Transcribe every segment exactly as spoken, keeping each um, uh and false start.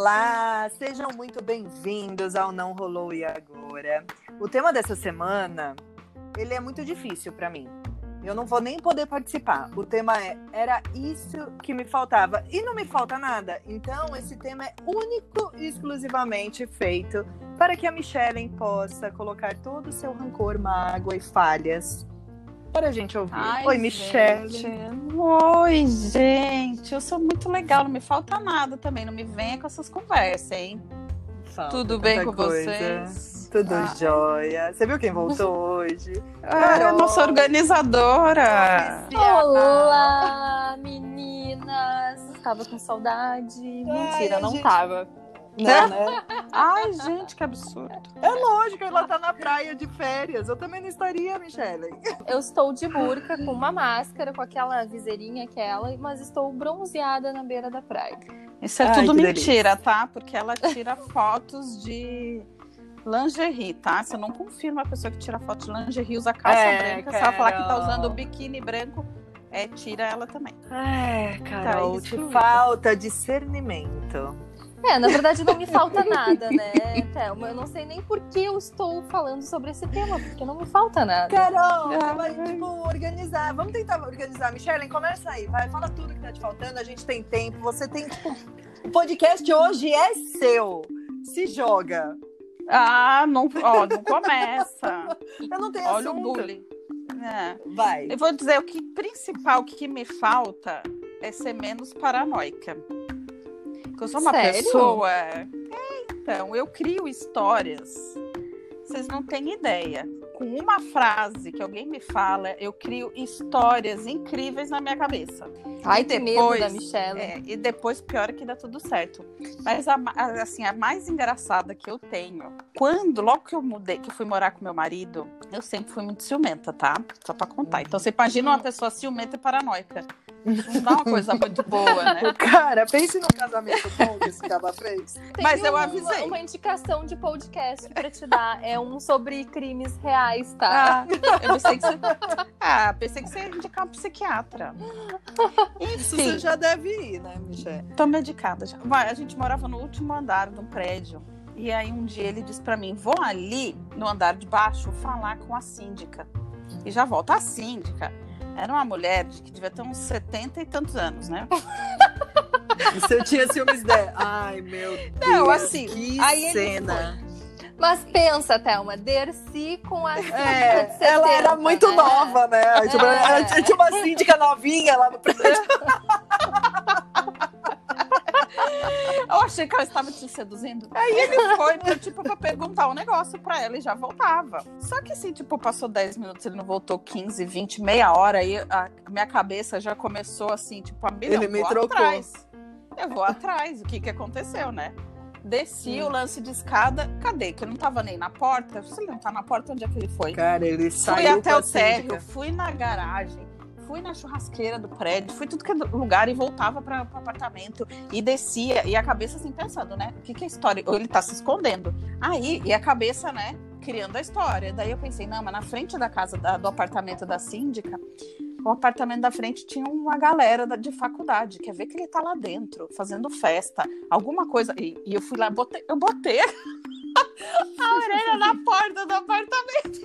Olá, sejam muito bem-vindos ao Não Rolou e Agora. O tema dessa semana, ele é muito difícil para mim. Eu não vou nem poder participar. O tema é, era isso que me faltava. E não me falta nada. Então, esse tema é único e exclusivamente feito para que a Michellen possa colocar todo o seu rancor, mágoa e falhas para a gente ouvir. Ai, Oi, Michellen. Oi, gente. Eu sou muito legal, não me falta nada também. Não me venha com essas conversas, hein? Falta Tudo bem com coisa. vocês? Tudo Ah. jóia. Você viu quem voltou hoje? Ah, eu não sou organizadora. Olá, meninas! Tava com saudade. Mentira, Ai, não gente. tava. Não, né? Ai, gente, que absurdo. É lógico, ela tá na praia de férias. Eu também não estaria, Michellen. Eu estou de burca, com uma máscara, com aquela viseirinha aquela, mas estou bronzeada na beira da praia. Isso é Ai, tudo que mentira, tá? Porque ela tira fotos de lingerie, tá? Você não confirma a pessoa que tira foto de lingerie, usa calça É, branca. Se ela falar que tá Carol. usando biquíni branco, é, tira ela também. É, Carol, Tá te excluída. falta discernimento. É, na verdade não me falta nada, né, Thelma? Eu não sei nem por que eu estou falando sobre esse tema, porque não me falta nada. Carol, Ai. você vai, tipo, organizar. Vamos tentar organizar. Michellen, começa aí. Vai, fala tudo que tá te faltando. A gente tem tempo. Você tem, tipo... O podcast hoje é seu. Se joga. Ah, não, ó, não começa. Eu não tenho Olha assunto. o bullying. É. Vai. Eu vou dizer, o que principal, o que me falta é ser menos paranoica. Porque eu sou uma Sério? pessoa... É, então, eu crio histórias. Vocês não têm ideia. Com uma frase que alguém me fala, eu crio histórias incríveis na minha cabeça. Ai, E que depois- medo da Michelle. É, e depois, pior é que dá tudo certo. Mas a, ma- a- assim, a mais engraçada que eu tenho, quando, logo que eu mudei, que eu fui morar com meu marido, eu sempre fui muito ciumenta, tá? Só pra contar. Então, você imagina uma pessoa ciumenta e paranoica. Não dá uma coisa muito boa, né? Cara, pense num casamento bom que esse cara fez. Tem Mas eu uma- avisei. Uma indicação de podcast pra te dar. É um sobre crimes reais, tá? Ah, eu pensei que você... Ah, pensei que você ia indicar um psiquiatra. Isso Enfim. você já deve ir, né, Michelle? Tô medicada já. Vai, a gente morava no último andar de um prédio. E aí um dia ele disse pra mim, vou ali no andar de baixo falar com a síndica. E já volto. A síndica era uma mulher de que devia ter uns setenta e tantos anos, né? E se eu tinha ciúmes dela? Ai, meu Deus. Não, assim, que aí ele cena. Mas pensa, Thelma, Dercy com a síndica de É, setenta, ela era muito né? nova, né? Tipo, É. ela tinha- tinha uma síndica novinha lá no prédio. Eu achei que ela estava te seduzindo. Aí ele foi, pra, tipo, pra perguntar um negócio pra ela e já voltava. Só que assim, tipo, passou dez minutos, ele não voltou quinze, vinte, meia hora, aí a minha cabeça já começou assim, tipo, a milhão. Ele me Vou trocou. atrás. Eu vou atrás. O que que aconteceu, né? Desci o lance de escada. Cadê? Que eu não tava nem na porta. Se ele não tá na porta, onde é que ele foi? Cara, ele Fui saiu até com a o térreo, síndica. fui na garagem, fui na churrasqueira do prédio, fui tudo que é lugar e voltava para o apartamento e descia. E a cabeça assim pensando, né? O que, que é história? Ou ele tá se escondendo. Aí, e a cabeça, né? Criando a história. Daí eu pensei, não, mas na frente da casa, da- do apartamento da síndica, o apartamento da frente tinha uma galera da- de faculdade. Quer ver que ele tá lá dentro, fazendo festa, alguma coisa. E, e eu fui lá, botei, eu botei a orelha na porta do apartamento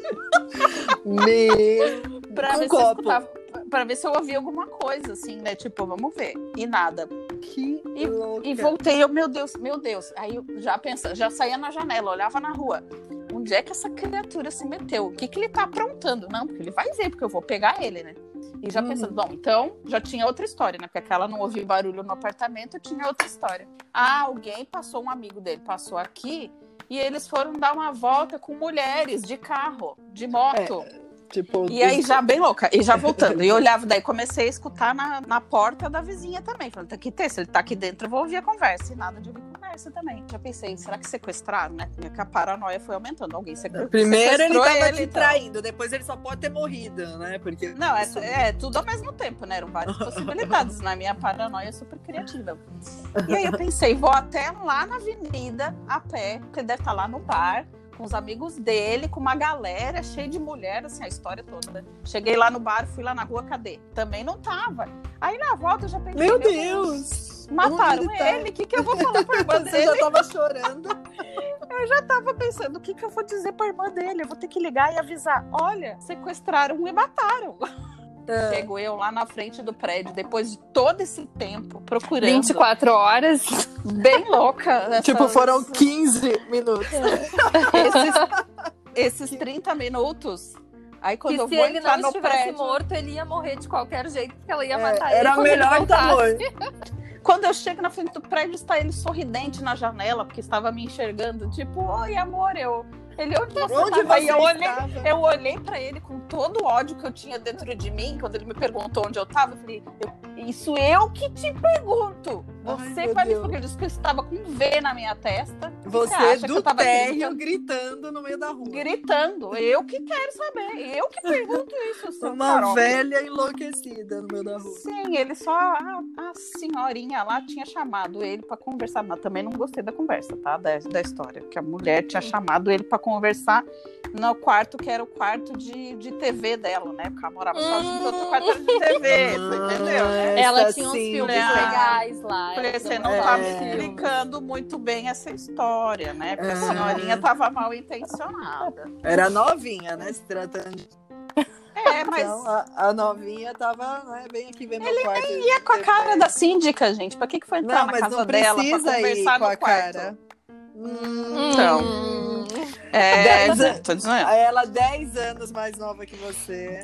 Meu... pra Com ver, se eu copo. escutava, pra ver se eu ouvia alguma coisa, assim, né? Tipo, vamos ver. E nada. Que E, louca. e voltei, eu, meu Deus, meu Deus. Aí eu já pensava, já saía na janela, olhava na rua. Onde é que essa criatura se meteu? O que que ele tá aprontando? Não, porque ele vai ver, porque eu vou pegar ele, né? E já Uhum. pensando, bom, então já tinha outra história, né? Porque aquela não ouvia barulho no apartamento, tinha outra história. Ah, alguém passou, um amigo dele passou aqui e eles foram dar uma volta com mulheres de carro, de moto. Tipo, E aí já bem louca, e já voltando. E eu olhava, daí comecei a escutar na, na porta da vizinha também. Falando, tem que ter, se ele tá aqui dentro, eu vou ouvir a conversa. E nada de ouvir conversa também. Já pensei, será que sequestraram, né? Porque a paranoia foi aumentando. Alguém sequestrou, Primeiro ele sequestrou tava ele, te então. traindo, depois ele só pode ter morrido, né? Porque Não, é, isso- é tudo ao mesmo tempo, né? Eram várias possibilidades. Na minha paranoia é super criativa. E aí eu pensei, vou até lá na avenida, a pé, porque ele deve estar lá no bar, com os amigos dele, com uma galera cheia de mulher, assim, a história toda. Cheguei lá no bar, fui lá na rua, cadê? Também não tava. Aí na volta eu já pensei, Meu Deus! Mataram Onde ele tá? ele, o que, que eu vou falar pra irmã Você dele? já tava chorando. Eu já tava pensando, o que, que eu vou dizer pra irmã dele? Eu vou ter que ligar e avisar, olha, sequestraram e mataram. É. Chego eu lá na frente do prédio, depois de todo esse tempo procurando. vinte e quatro horas. Bem louca. Essas... Tipo, foram quinze minutos. Esses, esses trinta minutos. Aí quando Que eu se vou ele entrar não no estivesse prédio... morto, ele ia morrer de qualquer jeito, porque ela ia É, matar ele. era quando ele melhor voltasse. amor. Quando eu chego na frente do prédio, está ele sorridente na janela, porque estava me enxergando. Tipo, oi, amor, eu... Ele, onde você Onde tava? você E eu olhei, estava? eu olhei pra ele com todo o ódio que eu tinha dentro de mim, quando ele me perguntou onde eu tava. Eu falei, eu- isso eu que te pergunto. Ai, Você meu que vai me Deus. porque eu disse que eu estava com um V na minha testa. Você acha que do eu tava térreo gritando? gritando no meio da rua. Gritando. Eu que quero saber. Eu que pergunto isso, seu Uma xarope. velha enlouquecida no meio da rua. Sim, ele só. A, a senhorinha lá tinha chamado ele pra conversar. Mas também não gostei da conversa, tá? Da, da história. Que a mulher tinha chamado ele pra conversar no quarto que era o quarto de, de T V dela, né? Porque ela morava sozinha, então outro quarto era de T V. Você entendeu, né? Ela Essa tinha uns sim, filmes né? legais lá. Falei, ela você não não tá me É. explicando muito bem essa história, né? Porque É. a senhorinha tava mal intencionada. Era novinha, né? Se tratando de. É, mas. Então, a, a novinha tava, né, bem aqui ver meu quarto. E é com a cara da síndica, gente. Pra que, que foi entrar Não, na mas casa não dela pra precisa ir conversar com no a quarto? cara. Hum, Hum. Então. É, Dez né, anos. tô dizendo. Ela dez anos mais nova que você.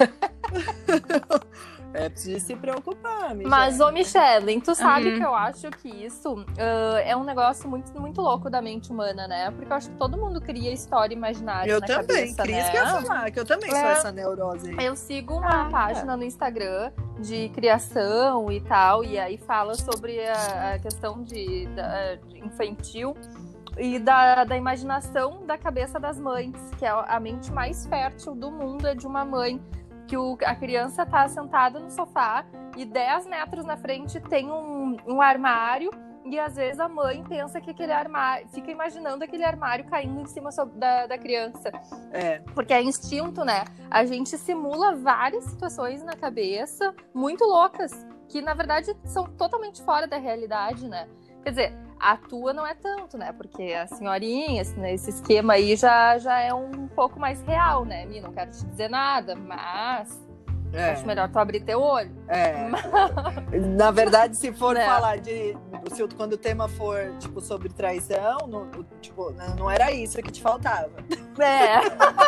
É preciso se preocupar, Michelle. Mas, ô Michelle, tu sabe Uhum. que eu acho que isso ah, é um negócio muito, muito louco da mente humana, né? Porque eu acho que todo mundo cria história imaginária Eu na também, cabeça, queria né? isso que eu ia falar, que eu também sou É. essa neurose aí. Eu sigo uma Ah, página no Instagram de criação e tal, e aí fala sobre a, a questão de, da- de infantil e da, da imaginação da cabeça das mães, que é a mente mais fértil do mundo é de uma mãe, que o, a criança tá sentada no sofá e dez metros na frente tem um, um armário. E às vezes a mãe pensa que aquele armário, fica imaginando aquele armário caindo em cima so- da, da criança. É. Porque é instinto, né? A gente simula várias situações na cabeça muito loucas, que na verdade são totalmente fora da realidade, né? Quer dizer, a tua não é tanto, né? Porque a senhorinha, esse, né, esse esquema aí já, já é um pouco mais real, né, Mi? Não quero te dizer nada, mas É. acho melhor tu abrir teu olho. É. Na verdade, se for Né? falar de. Se, o- quando o tema for, tipo, sobre traição, não, o- tipo, não não era isso que te faltava. É.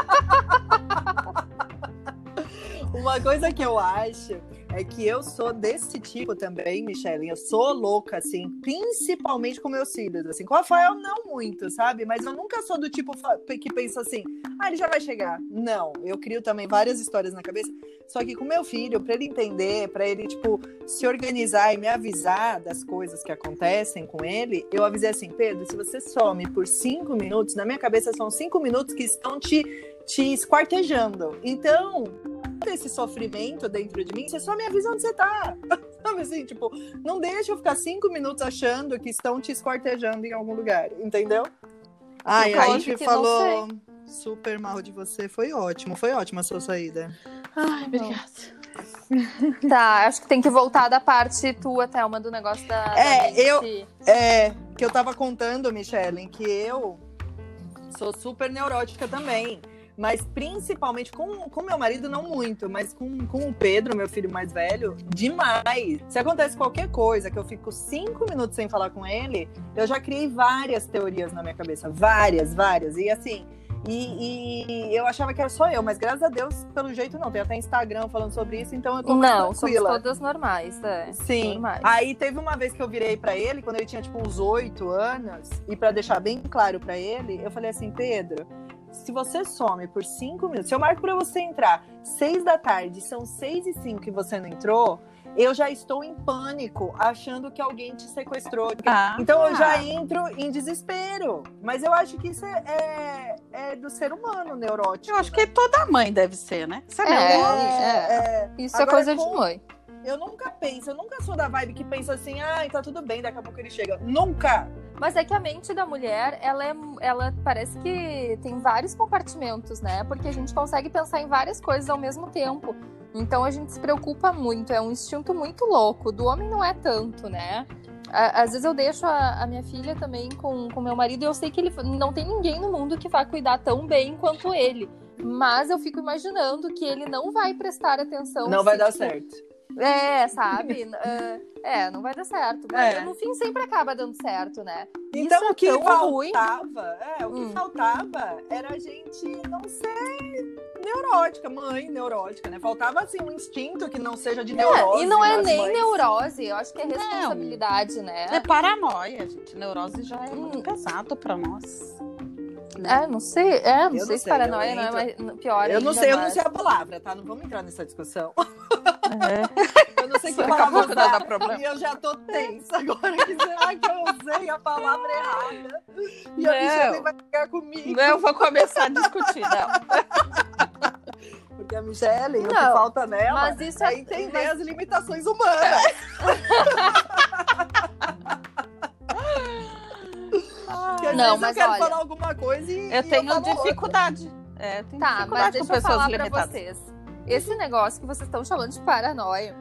Uma coisa que eu acho é que eu sou desse tipo também, Michelle. Eu sou louca, assim, principalmente com meus filhos. Assim, com o Rafael, não muito, sabe? Mas eu nunca sou do tipo fa- que pensa assim, ah, ele já vai chegar. Não, eu crio também várias histórias na cabeça. Só que com meu filho, pra ele entender, pra ele, tipo, se organizar e me avisar das coisas que acontecem com ele, eu avisei assim, Pedro, se você some por cinco minutos, na minha cabeça são cinco minutos que estão te, te esquartejando. Então, esse sofrimento dentro de mim, você só me avisa onde você tá. Sabe assim, tipo, não deixa eu ficar cinco minutos achando que estão te esquartejando em algum lugar, entendeu? Ai, Eu a acho gente que falou super mal de você, foi ótimo, foi ótima a sua saída. Ai, obrigada. Tá, acho que tem que voltar da parte tua, Thelma, do negócio da, É, da mente. eu- É, que eu tava contando, Michelle, que eu sou super neurótica também. Mas principalmente com com meu marido, não muito, mas com, com o Pedro, meu filho mais velho, demais. Se acontece qualquer coisa, que eu fico cinco minutos sem falar com ele, eu já criei várias teorias na minha cabeça. Várias, várias. E assim, e, e eu achava que era só eu, mas graças a Deus, pelo jeito não. Tem até Instagram falando sobre isso, então eu tô mais Não, somos tranquila. todas normais, é. Sim. Normais. Aí teve uma vez que eu virei pra ele, quando ele tinha tipo uns oito anos, e pra deixar bem claro pra ele, eu falei assim, Pedro, se você some por cinco minutos, se eu marco pra você entrar seis da tarde, são seis e cinco e você não entrou, eu já estou em pânico, achando que alguém te sequestrou. Ah, Então eu já entro em desespero. Mas eu acho que isso é, é, é do ser humano neurótico. eu acho que toda mãe deve ser, né? Você é, É, neurótica. é. é, Isso Agora, é coisa com- de mãe. eu nunca penso, eu nunca sou da vibe que pensa assim, ai, tá tudo bem, daqui a pouco ele chega. Nunca! Mas é que a mente da mulher, ela, é, ela parece que tem vários compartimentos, né? Porque a gente consegue pensar em várias coisas ao mesmo tempo. Então a gente se preocupa muito, é um instinto muito louco. Do homem não é tanto, né? Às vezes eu deixo a, a minha filha também com o meu marido e eu sei que ele não tem ninguém no mundo que vai cuidar tão bem quanto ele. Mas eu fico imaginando que ele não vai prestar atenção. Não vai se, dar tipo, certo. É, sabe? uh, é, não vai dar certo. Mas É. no fim sempre acaba dando certo, né? Então Isso o que é tão faltava, ruim. é, o que Hum. faltava era a gente não ser neurótica, mãe neurótica, né? Faltava assim um instinto que não seja de neurose. E não é nas nem mães. neurose, eu acho que é responsabilidade, né? É paranoia, gente. Neurose já é Hum. muito pesado pra nós. É, não sei, é, não Eu sei não se sei, paranoia eu não é entro- mais pior. Eu não ainda, sei, eu não mas- sei a palavra, tá? Não vamos entrar nessa discussão. É. Eu não sei que Daqui a palavra pouco dá usar. problema. E eu já tô tensa agora. Que será que eu usei a palavra errada? E a Não. Michelle vai ficar comigo. Eu vou começar a discutir, não. Porque a Michelle, o que Não, falta nela mas isso é é- entender mas- as limitações humanas. Porque às Não, vezes mas eu quero olha, falar alguma coisa e Eu e tenho falo outra. dificuldade. É, eu tenho Tá, mas dificuldade deixa com eu pessoas falar pra limitadas. vocês. Esse negócio que vocês estão chamando de paranoia,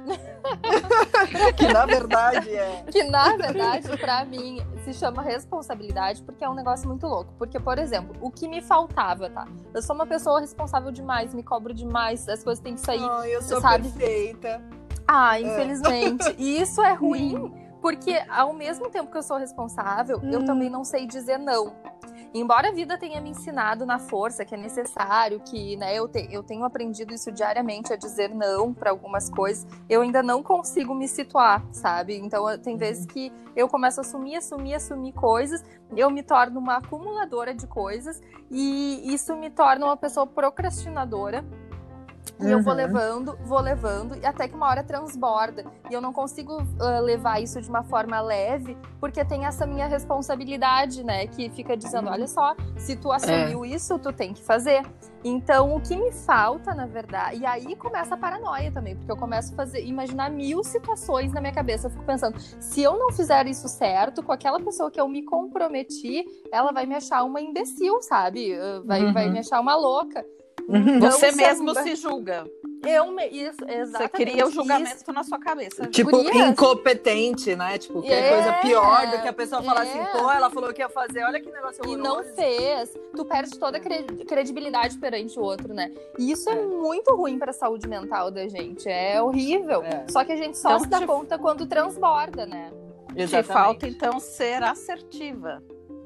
Que na verdade é. que na verdade, pra mim, se chama responsabilidade, porque é um negócio muito louco. Porque, por exemplo, o que me faltava, tá? Eu sou uma pessoa responsável demais, me cobro demais, as coisas têm que sair. Ai, eu sou sabe? perfeita. Ah, infelizmente. E isso é ruim, porque ao mesmo tempo que eu sou responsável, eu Hum. também não sei dizer não. Embora a vida tenha me ensinado na força que é necessário, que né, eu, te, eu tenho aprendido isso diariamente, a dizer não para algumas coisas, eu ainda não consigo me situar, sabe? Então tem vezes que eu começo a assumir, assumir, assumir coisas, eu me torno uma acumuladora de coisas e isso me torna uma pessoa procrastinadora. E eu vou Uhum. levando, vou levando, e até que uma hora transborda. E eu não consigo uh, levar isso de uma forma leve, porque tem essa minha responsabilidade, né? Que fica dizendo, olha só, se tu assumiu isso, tu tem que fazer. Então, o que me falta, na verdade... E aí começa a paranoia também, porque eu começo a fazer, imaginar mil situações na minha cabeça. Eu fico pensando, se eu não fizer isso certo, com aquela pessoa que eu me comprometi, ela vai me achar uma imbecil, sabe? Uh, Vai, Uhum. vai me achar uma louca. Uhum. Você Então, mesmo se- se julga. Eu me... Isso, Você exatamente. cria o isso. julgamento na sua cabeça. Tipo, Gurias. incompetente, né? Tipo, que é, É, coisa pior do que a pessoa falar é. assim, pô, ela falou que ia fazer, olha que negócio E horroroso. não fez, tu perde toda a cre- credibilidade perante o outro, né? E isso é, É. muito ruim pra saúde mental da gente, é horrível. É. Só que a gente só Então, se dá te- conta quando transborda, né? Te falta, então, ser assertiva.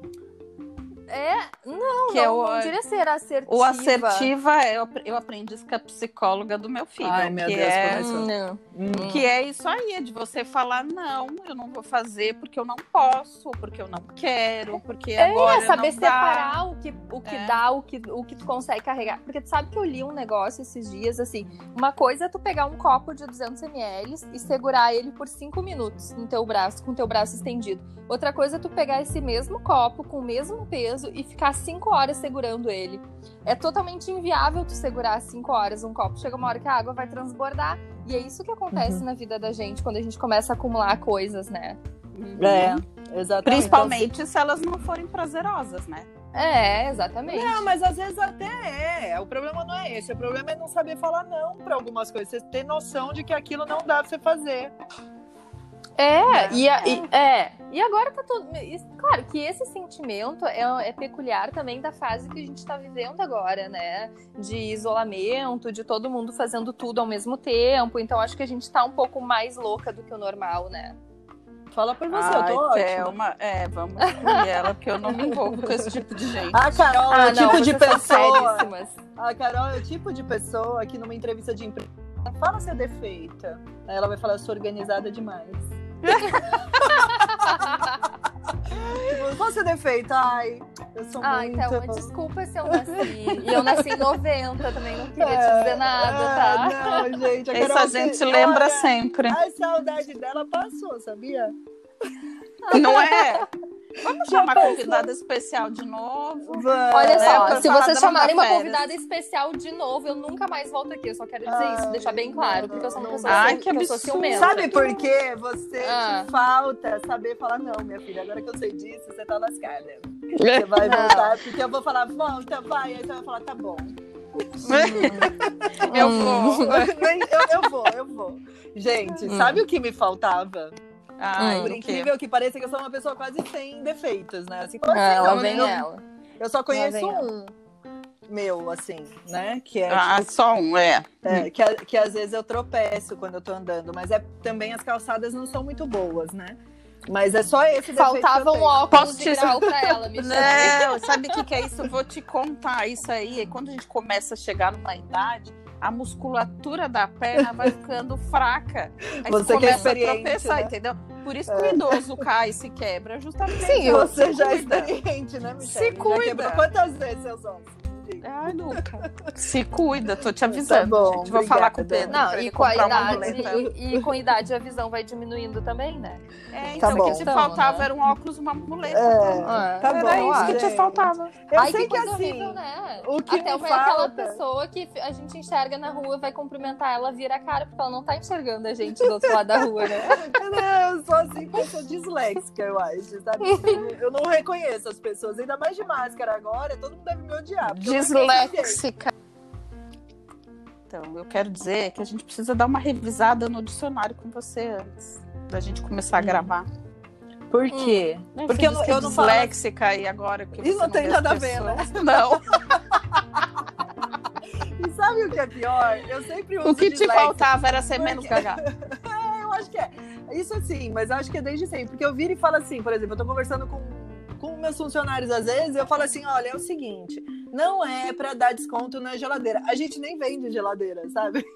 É, não, Que é não, o- não diria ser assertiva. O assertiva, eu, eu aprendi isso com a psicóloga do meu filho. Ai, meu que Deus, é, começou. Não. Hum. Que é isso aí, é de você falar, não, eu não vou fazer porque eu não posso, porque eu não quero, porque agora É, saber não dá. separar o que, o que É. dá, o que, o que tu consegue carregar. Porque tu sabe que eu li um negócio esses dias, assim, uma coisa é tu pegar um copo de duzentos mililitros e segurar ele por cinco minutos no teu braço, com o teu braço estendido. Outra coisa é tu pegar esse mesmo copo com o mesmo peso e ficar cinco horas segurando ele. É totalmente inviável tu segurar cinco horas um copo. Chega uma hora que a água vai transbordar. E é isso que acontece Uhum. na vida da gente, quando a gente começa a acumular coisas, né? É, exatamente. Principalmente se elas não forem prazerosas, né? É, exatamente. Não, mas às vezes até é. O problema não é esse. O problema é não saber falar não pra algumas coisas. Você ter noção de que aquilo não dá pra você fazer. É, e, a- e- é, e agora tá tudo. isso- Claro que esse sentimento é, é peculiar também da fase que a gente tá vivendo agora, né? De isolamento, de todo mundo fazendo tudo ao mesmo tempo. Então acho que a gente tá um pouco mais louca do que o normal, né? Fala por você, eu tô Ai, ótima. Thelma, é, vamos excluir ela, porque eu não me envolvo com esse tipo de gente. A Carol é o tipo de Ah, vocês são pessoa. seríssimas. A Carol é o tipo de pessoa que numa entrevista de emprego fala seu defeito. Aí ela vai falar, eu sou organizada demais. Tipo, qual o seu defeito? Ai, eu sou Ah, muito... então, uma desculpa se eu nasci. E eu nasci em noventa, também não queria te É, dizer nada, tá? é, Não, gente. A Isso Carol, a gente olha, lembra sempre. A saudade dela passou, sabia? Não é? Vamos Já chamar passou. convidada especial de novo. Olha É, só, pra se falar vocês da chamarem uma férias. convidada especial de novo, eu nunca mais volto aqui. Eu só quero dizer Ai, isso, deixar bem claro, porque eu sou uma pessoa, Ai, ciu- que eu sou absurdo. ciumenta. Sabe por quê? Você Ah. te falta saber falar, não, minha filha, agora que eu sei disso, você tá lascada. Você vai Não. voltar, porque eu vou falar, volta, vai, aí você vai falar, tá bom. Eu vou. eu, eu vou, eu vou. Gente, hum. sabe o que me faltava? Ai, Por incrível que pareça, que eu sou uma pessoa quase sem defeitos, né? Assim, assim, ela não, vem eu, ela. Eu só conheço um meu, assim, né? Que é, ah, tipo, só um, é. é que, que às vezes eu tropeço quando eu tô andando, mas é também as calçadas não são muito boas, né? Mas é só esse defeito. Faltava que eu um óculos Posso de te... grau pra ela, Michelle. Não, sabe o que, que é isso? Eu vou te contar isso aí. Quando a gente começa a chegar numa idade, a musculatura da perna vai ficando fraca. Aí você, você começa é experiente, a tropeçar, né? Entendeu? Por isso que o idoso cai e se quebra, justamente. Sim, você já é cuida. experiente, né, Michelle? Se cuida. Já quebrou quantas vezes seus ossos? Ai, nunca. Se cuida, tô te avisando. Tá bom, gente. Vou obrigada, falar com o Pedro. Não, e com a idade, e, e com a idade a visão vai diminuindo também, né? É, tá então, bom. o que te faltava né? era um óculos, uma muleta. É, tá era bom, isso gente. que te faltava. Eu Ai, sei que que coisa assim, horrível, né? o que Até me é aquela falta... pessoa que a gente enxerga na rua, vai cumprimentar ela, vira a cara, porque ela não tá enxergando a gente do outro lado da rua, né? Não, eu sou assim, porque eu sou disléxica, eu acho, sabe? Eu não reconheço as pessoas, ainda mais de máscara agora, todo mundo deve me odiar. Disléxica. Então, eu quero dizer que a gente precisa dar uma revisada no dicionário com você antes da gente começar a gravar. Por quê? Hum. Porque eu não, eu não falo... disléxica e agora... Porque isso não tem nada a ver, né? Não. E sabe o que é pior? Eu sempre uso O que disléxica. te faltava era ser Porque... menos gaga. É, eu acho que é. Isso assim, mas eu acho que é desde sempre. Porque eu viro e falo assim, por exemplo, eu tô conversando com, com meus funcionários às vezes, eu falo assim, olha, é o seguinte, não é pra dar desconto na geladeira. A gente nem vende geladeira, sabe?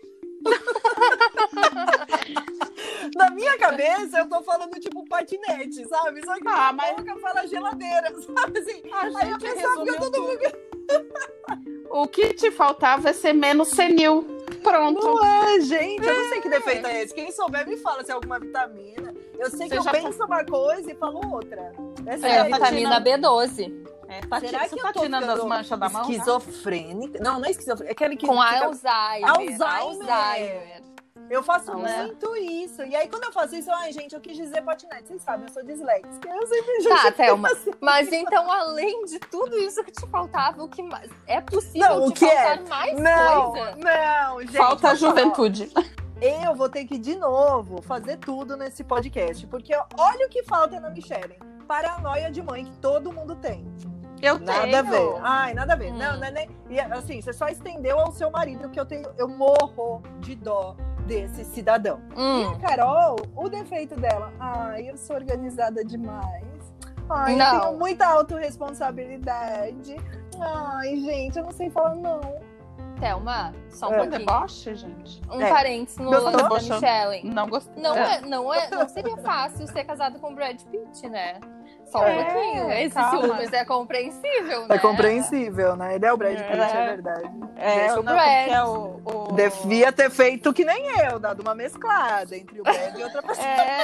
Na minha cabeça, eu tô falando tipo patinete, sabe? Só que ah, a mas... boca fala geladeira, sabe? Assim, a aí a pessoa fica todo mundo... O que te faltava é ser menos senil. Pronto. Não é, gente. Eu não sei que defeito é esse. Quem souber me fala se é alguma vitamina. Eu sei Você que eu já penso tá... uma coisa e falo outra. É, É, sério. vitamina B doze. É, tá Será você que tá eu tô tirando as manchas da mão? Esquizofrênica? Não, não é esquizofrênica. É aquele que Com fica... Alzheimer. Alzheimer. Alzheimer. Eu faço Não, né? muito isso. E aí, quando eu faço isso, ai, gente, eu quis dizer patinete. Vocês sabem, eu sou disléxica. Eu sempre Tá, Thelma. Mas então, além de tudo isso que te faltava, o que mais... É possível Não, o te que faltar é? mais Não, coisa? não, gente. Falta a juventude. Eu vou ter que, de novo, fazer tudo nesse podcast. Porque olha o que falta na Michelle. Paranoia de mãe que todo mundo tem. Eu Nada tenho. a ver. Ai, nada a ver. Hum. Não, não é nem... E assim, você só estendeu ao seu marido, que eu tenho... Eu morro de dó desse cidadão. Hum. E a Carol, o defeito dela... Ai, eu sou organizada demais. Ai, Não. eu tenho muita autorresponsabilidade. Ai, gente, eu não sei falar não. Thelma, só um É. Um pouquinho. deboche, gente. Um É. parênteses no Gostou? lance da Gostou? Michelle. Não gostei. Não, é, não, é, não seria fácil ser casado com o Brad Pitt, né? Só um É, pouquinho. Esse calma. ciúmes é compreensível, né? É compreensível, né? Ele é o Brad Pitt, é, É. verdade. É, Deixa não, o Brad. porque é o, o... Devia ter feito que nem eu, dado uma mesclada entre o Brad e outra pessoa. É,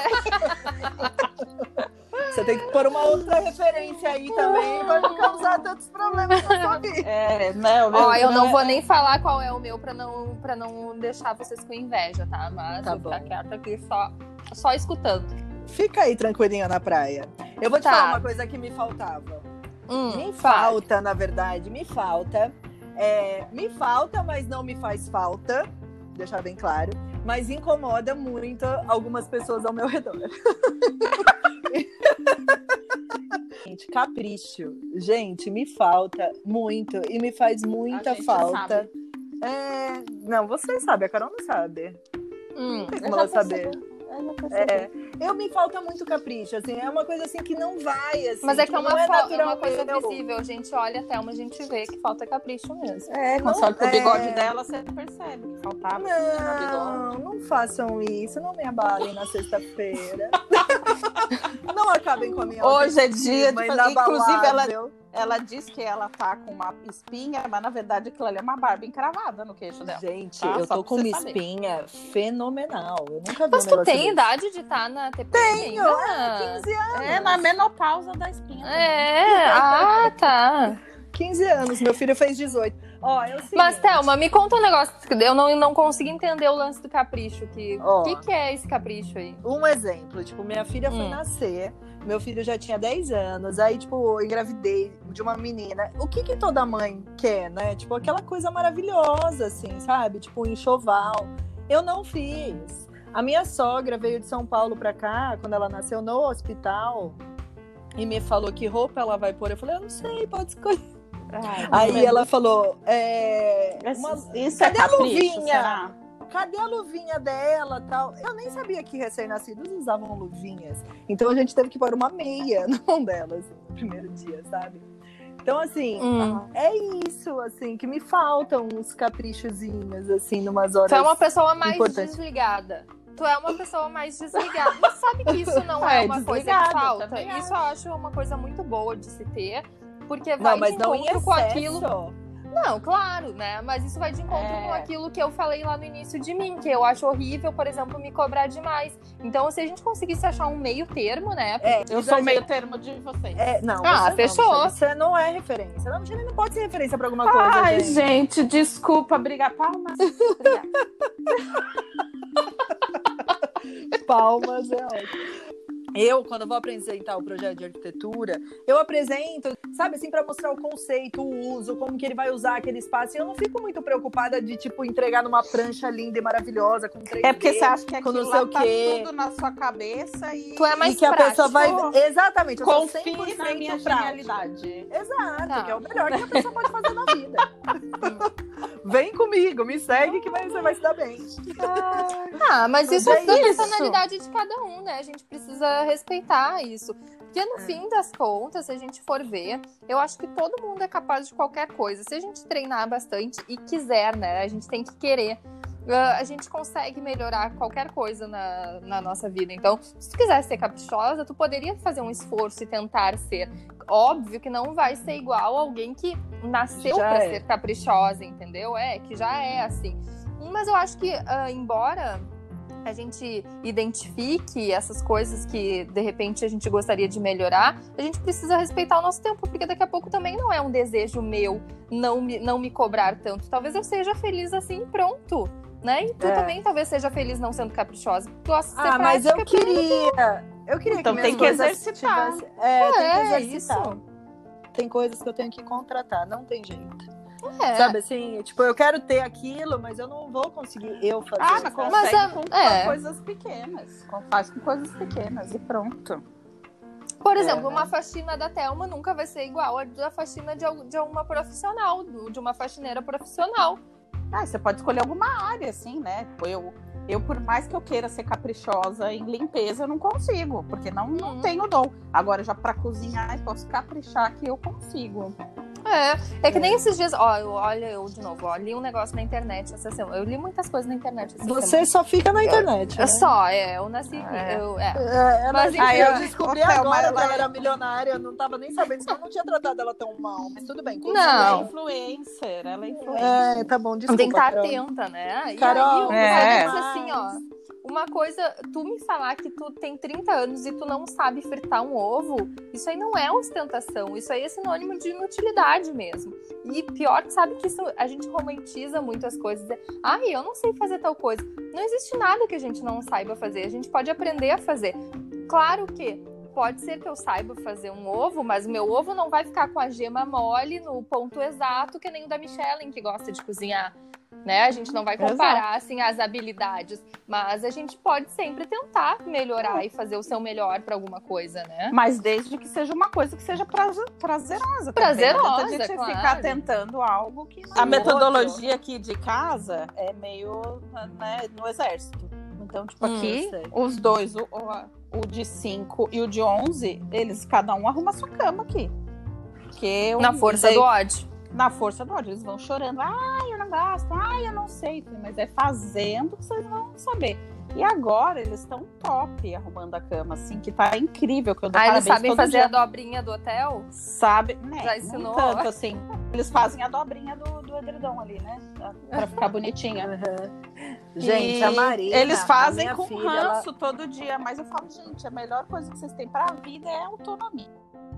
Você tem que pôr uma outra referência aí também pra não causar tantos problemas na sua vida. é, não, Ó, eu não é- vou nem falar qual é o meu pra não, pra não deixar vocês com inveja, tá? Mas Tá eu vou ficar bom. quieta aqui só, só escutando. Fica aí tranquilinha na praia. Eu vou te Tá. falar uma coisa que me faltava. Hum, Me fale. falta, na verdade, me falta. É, me falta, mas não me faz falta. Deixar bem claro. Mas incomoda muito algumas pessoas ao meu redor. Gente, capricho. Gente, me falta muito. E me faz muita A gente falta. sabe. É... Não, vocês sabem, a Carol não sabe. Hum, Não tem Eu como já ela saber. percebi, eu já percebi. É, eu me falta muito capricho, assim, é uma coisa assim que não vai, assim. Mas é que é tipo, uma, não fal- é natural uma coisa meu. visível. A gente olha até uma, a gente vê que falta capricho mesmo. É, Não, quando você olha pro é. bigode dela, você percebe que faltava. Não, não façam isso, não me abalem na sexta-feira. Não acabem com a minha Hoje é dia de autoestima fazer. Inclusive, ela, inabalável. ela diz que ela tá com uma espinha, mas na verdade aquilo ali é uma barba encravada no queixo dela. Gente, Tá, eu só tô pra com você uma saber. espinha fenomenal. Eu nunca vi Mas um tu negócio tem desse. idade de estar na T P M Tenho, ainda? é, quinze anos. É, na menopausa da espinha. É, ah, tá. quinze anos, meu filho fez dezoito. Ó, é o seguinte. Mas, Thelma, me conta um negócio. Eu não, não consigo entender o lance do capricho. Que, Ó. o que, que é esse capricho aí? Um exemplo, tipo, minha filha foi Hum. nascer, meu filho já tinha dez anos, aí, tipo, eu engravidei de uma menina. O que que toda mãe quer, né? Tipo, aquela coisa maravilhosa, assim, sabe? Tipo, um enxoval. Eu não fiz. A minha sogra veio de São Paulo pra cá, quando ela nasceu no hospital, e me falou que roupa ela vai pôr. Eu falei, eu não sei, pode escolher. Ai, Aí meu ela Deus. falou, é, Isso, uma- isso é cadê a capricho, luvinha? será? Cadê a luvinha dela tal? Eu nem sabia que recém-nascidos usavam luvinhas. Então a gente teve que pôr uma meia na mão dela, assim, no primeiro dia, sabe? Então, assim, Hum. é isso, assim, que me faltam uns caprichozinhos, assim, numas horas. Tu é uma pessoa mais importante. desligada. Tu é uma pessoa mais desligada. Mas sabe que isso não é, É, uma coisa que desligada, falta? também Isso eu acho uma coisa muito boa de se ter. Porque Não, vai mas de não em encontro com aquilo. excesso. Não, claro, né? Mas isso vai de encontro É. com aquilo que eu falei lá no início de mim, que eu acho horrível, por exemplo, me cobrar demais. Então, se a gente conseguisse achar um meio termo, né? É, Eu sou meio termo de vocês. É, não, Ah, você fechou. Não, você não é referência. Não, Michele não pode ser referência pra alguma coisa, Ai, gente. gente, desculpa, brigar palmas. Obrigada. Palmas é ótimo. Eu, quando vou apresentar o projeto de arquitetura, eu apresento, sabe, assim, para mostrar o conceito, o uso, como que ele vai usar aquele espaço. E eu não fico muito preocupada de, tipo, entregar numa prancha linda e maravilhosa, com três D. É porque você acha que com aquilo não sei lá o tá quê. tudo na sua cabeça e Tu é mais E que a pessoa vai... prático. Exatamente, eu sou cem por confie cento na minha prática. genialidade. Exato, Tá. que é o melhor que a pessoa pode fazer na vida. Vem comigo, me segue que vai- você vai se dar bem. Ah, mas isso Mas é é da isso. personalidade de cada um, né? A gente precisa respeitar isso. Porque no fim das contas, se a gente for ver, eu acho que todo mundo é capaz de qualquer coisa. Se a gente treinar bastante e quiser, né? A gente tem que querer. ah, A gente consegue melhorar qualquer coisa na, na nossa vida. Então, se tu quiser ser caprichosa, tu poderia fazer um esforço e tentar ser. Óbvio que não vai ser igual alguém que nasceu Já pra é. ser caprichosa, entendeu? É, que já é assim. Mas eu acho que, ah, embora a gente identifique essas coisas que, de repente, a gente gostaria de melhorar, a gente precisa respeitar o nosso tempo, porque daqui a pouco também não é um desejo meu não me, não me cobrar tanto. Talvez eu seja feliz assim e pronto, né? E tu É. também talvez seja feliz não sendo caprichosa. Tu gosta de ser Ah, mas eu prática, queria... Eu queria Então que tem minhas que coisas exercitar. tivessem- É, tem que É, exercitar. isso. Tem coisas que eu tenho que contratar, não tem jeito. É. Sabe assim, tipo, eu quero ter aquilo, mas eu não vou conseguir eu fazer. Ah, mas sabe? consegue Mas é- com, com é. coisas pequenas. Faz com coisas pequenas e pronto. Por É, exemplo, né? uma faxina da Thelma nunca vai ser igual a da faxina de, al- de uma profissional, de uma faxineira profissional. Ah, você pode escolher alguma área, assim, né? Tipo, eu, eu, por mais que eu queira ser caprichosa em limpeza, eu não consigo, porque não, não Uhum. tenho dom. Agora, já pra cozinhar, eu posso caprichar que eu consigo. É, é que nem esses dias, ó, eu, olha, eu de novo, ó, li um negócio na internet essa semana. Eu li muitas coisas na internet essa Você semana. só fica na internet. É né? só, é, eu nasci, É. eu, é. É, ela, Mas, Mas, enfim, eu eu- descobri Ô, Thelma, agora que ela ela é- era milionária, eu não tava nem sabendo, senão eu não tinha tratado ela tão mal. Mas tudo bem. Não. Ela é influencer, ela é influencer. É, tá bom, desculpa. Tem que estar Carol. atenta, né? E Carol, aí, é. eu disse assim, ó, uma coisa, tu me falar que tu tem trinta anos e tu não sabe fritar um ovo, isso aí não é ostentação, isso aí é sinônimo de inutilidade mesmo. E pior, tu sabe que isso, a gente romantiza muito as coisas. Ai, eu não sei fazer tal coisa. Não existe nada que a gente não saiba fazer, a gente pode aprender a fazer. Claro que pode ser que eu saiba fazer um ovo, mas o meu ovo não vai ficar com a gema mole no ponto exato, que nem o da Michelin, que gosta de cozinhar. Né? A gente não vai comparar assim, as habilidades, mas a gente pode sempre tentar melhorar e fazer o seu melhor para alguma coisa, né? Mas desde que seja uma coisa que seja praze- prazerosa. também. Prazerosa, Não adianta a gente claro. ficar tentando algo que não. A Sim, metodologia aqui de casa é meio, né, no exército. Então, tipo, Hum, aqui, eu sei. os dois, o, o, o de cinco e o de onze, eles, cada um arruma a sua cama aqui. Porque eu, Na força daí- do ódio. Na força do ódio, eles vão chorando. Ai, eu não gosto. Ai, eu não sei. Mas é fazendo que vocês vão saber. E agora eles estão top arrumando a cama, assim, que tá incrível. Que eu dou Ah, eles parabéns sabem todo fazer dia. a dobrinha do hotel? Sabe, né? Já ensinou? Nem tanto, assim. Eles fazem a dobrinha do, do edredom ali, né? Pra ficar bonitinha. Uhum. Gente, E a Marina. eles a fazem minha com filha, ela- ranço todo dia. Mas eu falo, gente, a melhor coisa que vocês têm pra vida é autonomia.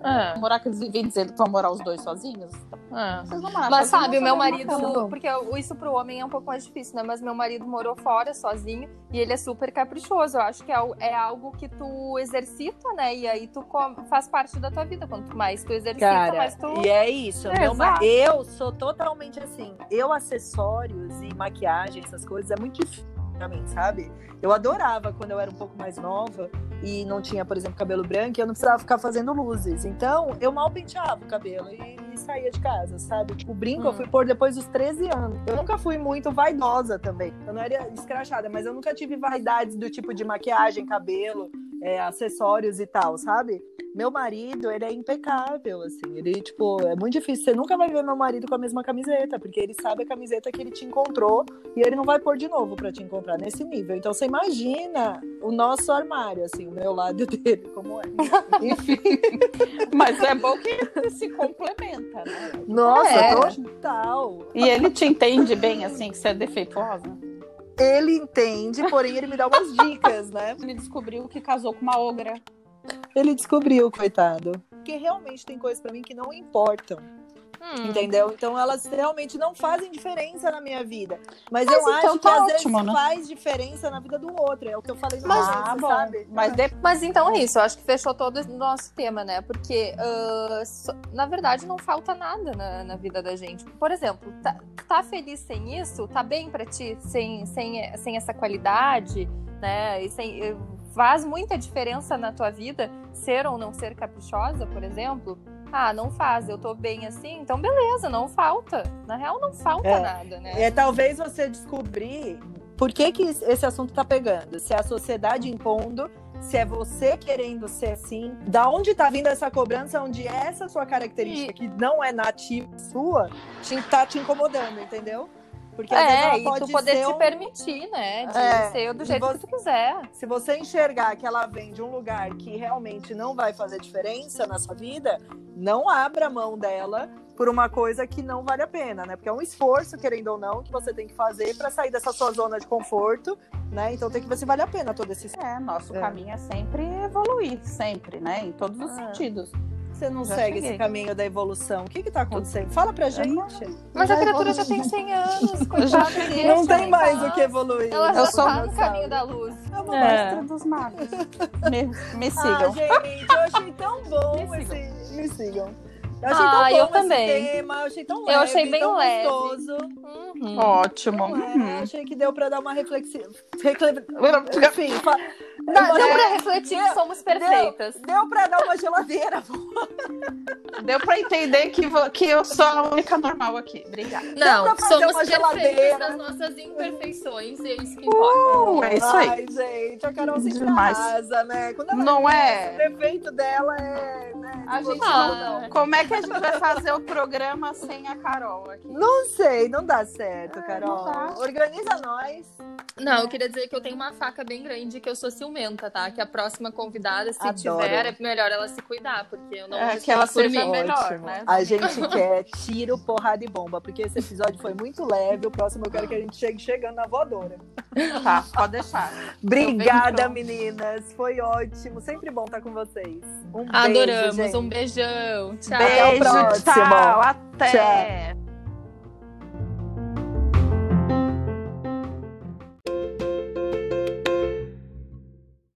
É. Morar que eles vivem dizendo que vão morar os dois sozinhos. É. Vocês vão morar Mas sozinhos, sabe, o meu vão morar na cama. marido, porque isso pro homem é um pouco mais difícil, né? Mas meu marido morou fora sozinho e ele é super caprichoso. Eu acho que é, al- é algo que tu exercita, né? E aí tu com- faz parte da tua vida. Quanto mais tu exercita, Cara, mais tu. e é isso. É, meu ma- exato. eu sou totalmente assim. Eu, acessórios e maquiagem, essas coisas, é muito difícil pra mim, sabe? Eu adorava quando eu era um pouco mais nova e não tinha, por exemplo, cabelo branco e eu não precisava ficar fazendo luzes. Então, eu mal penteava o cabelo e, e saía de casa, sabe? O brinco Hum. eu fui pôr depois dos treze anos. Eu nunca fui muito vaidosa também. Eu não era escrachada, mas eu nunca tive vaidades do tipo de maquiagem, cabelo, é, acessórios e tal, sabe? Meu marido, ele é impecável, assim. Ele, tipo, é muito difícil. Você nunca vai ver meu marido com a mesma camiseta, porque ele sabe a camiseta que ele te encontrou e ele não vai pôr de novo pra te encontrar nesse nível. Então, você imagina o nosso armário, assim, o meu lado dele, como é. Enfim. Mas é bom que se complementa, né? Nossa, É. total. E ele te entende bem, assim, que você é defeituosa? Ele entende, porém ele me dá umas dicas, né? Ele descobriu que casou com uma ogra. Ele descobriu, coitado. Porque realmente tem coisas pra mim que não importam. Hum. Entendeu? Então elas realmente não fazem diferença na minha vida. Mas, Mas eu então acho que tá às ótimo, vezes né? faz diferença na vida do outro. É o que eu falei no Mas- começo, Ah, bom. sabe? Mas de... Mas então é isso, eu acho que fechou todo o nosso tema, né? Porque, ah, so- na verdade, não falta nada na, na vida da gente. Por exemplo, tá, tá feliz sem isso? Tá bem pra ti? Sem, sem, sem essa qualidade, né? E sem, eh, faz muita diferença na tua vida ser ou não ser caprichosa, por exemplo? Ah, não faz, eu tô bem assim, então beleza, não falta. Na real, não falta É. nada, né? É talvez você descobrir por que, que esse assunto tá pegando. Se é a sociedade impondo, se é você querendo ser assim. Da onde tá vindo essa cobrança, onde essa sua característica, que não é nativa sua, te, tá te incomodando, entendeu? Porque às vezes É, ela e pode tu poder ser te um- permitir, né? De É, ser do e jeito você- que tu quiser. Se você enxergar que ela vem de um lugar que realmente não vai fazer diferença na sua vida, não abra mão dela por uma coisa que não vale a pena, né? Porque é um esforço, querendo ou não, que você tem que fazer para sair dessa sua zona de conforto, né? Então tem que ver se vale a pena todo esse esforço. É, nosso É. caminho é sempre evoluir, sempre, né? Em todos os Ah. sentidos. Você não Já segue cheguei. esse caminho da evolução. O que que tá acontecendo? Fala pra gente. Mas Já a criatura já evoluí. tem cem anos, Já coitada cheguei. dele, Não já tem mais tá- o que evoluir. Ela Eu já sou tá no uma caminho da luz. É uma É. Mestre dos magos. Me, me Ah, sigam. gente, eu achei tão bom Me esse... Me sigam. Eu achei Ah, tão bom eu esse também. tema, eu achei tão Eu leve, achei bem tão leve. gostoso. Uhum. Ótimo. Não é, Uhum. achei que deu pra dar uma reflexiva. Enfim, fa- Dá- uma- Deu pra refletir que somos perfeitas. Deu pra dar uma geladeira. Deu pra entender que, vo- que eu sou a única normal aqui. Obrigada. Não, pra fazer somos uma perfeitas geladeira. das nossas imperfeições e é isso que importa. Uh, é isso aí. Ai, gente, a Carol sempre Demais. arrasa, né? Quando ela Não é. O é? defeito dela é. Né, A gente Ah. não. Como é que a gente vai fazer o programa sem a Carol aqui? Não sei, não dá certo, Ah, Carol. não dá. Organiza nós. Não, eu queria dizer que eu tenho uma faca bem grande que eu sou ciumenta, tá? Que a próxima convidada, se Adoro. tiver, é melhor ela se cuidar, porque eu não É, respondo que ela por seja mim. melhor, Ótimo. né? A gente quer tiro, porrada e bomba, porque esse episódio foi muito leve. O próximo eu quero que a gente chegue chegando na voadora. Tá, pode deixar. Obrigada, pronto. meninas. Foi ótimo. Sempre bom estar com vocês. Um Adoramos, beijo, gente. um beijão. Tchau. Até o Beijo, próximo. tchau, até. Tchau.